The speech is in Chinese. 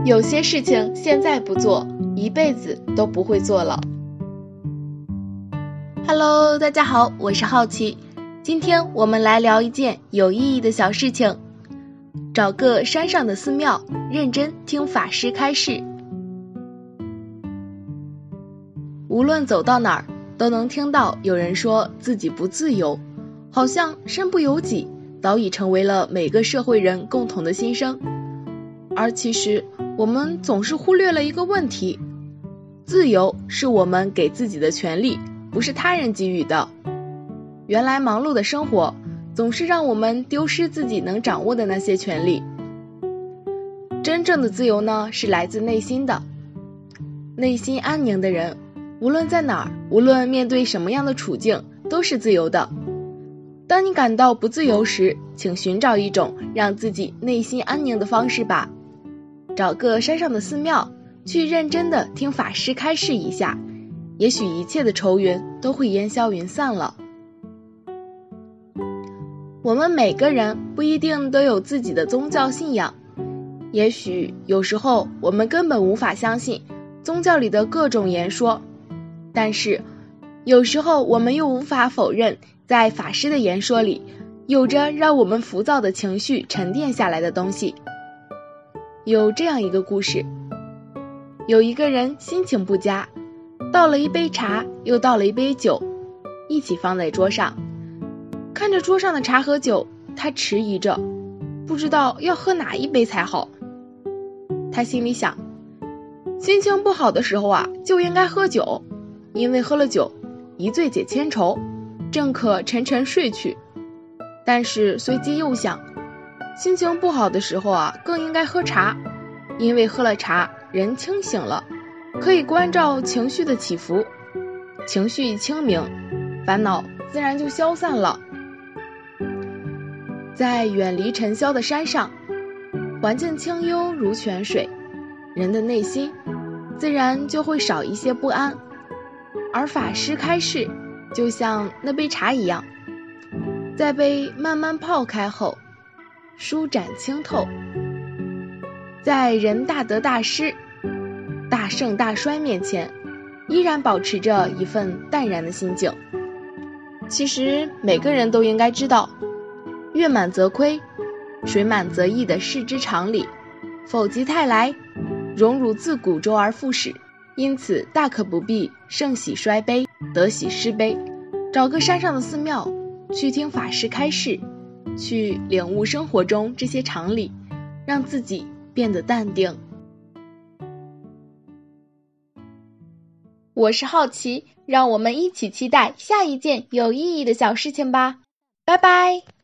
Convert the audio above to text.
有些事情现在不做，一辈子都不会做了。Hello， 大家好，我是好奇。今天我们来聊一件有意义的小事情，找个山上的寺庙，认真听法师开示。无论走到哪儿，都能听到有人说自己不自由，好像身不由己，早已成为了每个社会人共同的心声。而其实我们总是忽略了一个问题，自由是我们给自己的权利，不是他人给予的。原来忙碌的生活总是让我们丢失自己能掌握的那些权利。真正的自由呢，是来自内心的。内心安宁的人，无论在哪儿，无论面对什么样的处境，都是自由的。当你感到不自由时，请寻找一种让自己内心安宁的方式吧。找个山上的寺庙，去认真的听法师开示一下，也许一切的愁云都会烟消云散了。我们每个人不一定都有自己的宗教信仰，也许有时候我们根本无法相信宗教里的各种言说，但是有时候我们又无法否认，在法师的言说里有着让我们浮躁的情绪沉淀下来的东西。有这样一个故事，有一个人心情不佳，倒了一杯茶，又倒了一杯酒，一起放在桌上。看着桌上的茶和酒，他迟疑着，不知道要喝哪一杯才好。他心里想，心情不好的时候啊，就应该喝酒，因为喝了酒，一醉解千愁，正可沉沉睡去。但是随即又想，心情不好的时候啊，更应该喝茶，因为喝了茶，人清醒了，可以关照情绪的起伏，情绪一清明，烦恼自然就消散了。在远离尘嚣的山上，环境清幽如泉水，人的内心自然就会少一些不安。而法师开示，就像那杯茶一样，在被慢慢泡开后，舒展清透。在人大德大师、大盛大衰面前，依然保持着一份淡然的心境。其实每个人都应该知道，月满则亏，水满则溢的世之常理，否极泰来，荣辱自古周而复始。因此大可不必盛喜衰悲，得喜失悲，找个山上的寺庙，去听法师开示，去领悟生活中这些常理，让自己变得淡定。我是好奇，让我们一起期待下一件有意义的小事情吧。拜拜。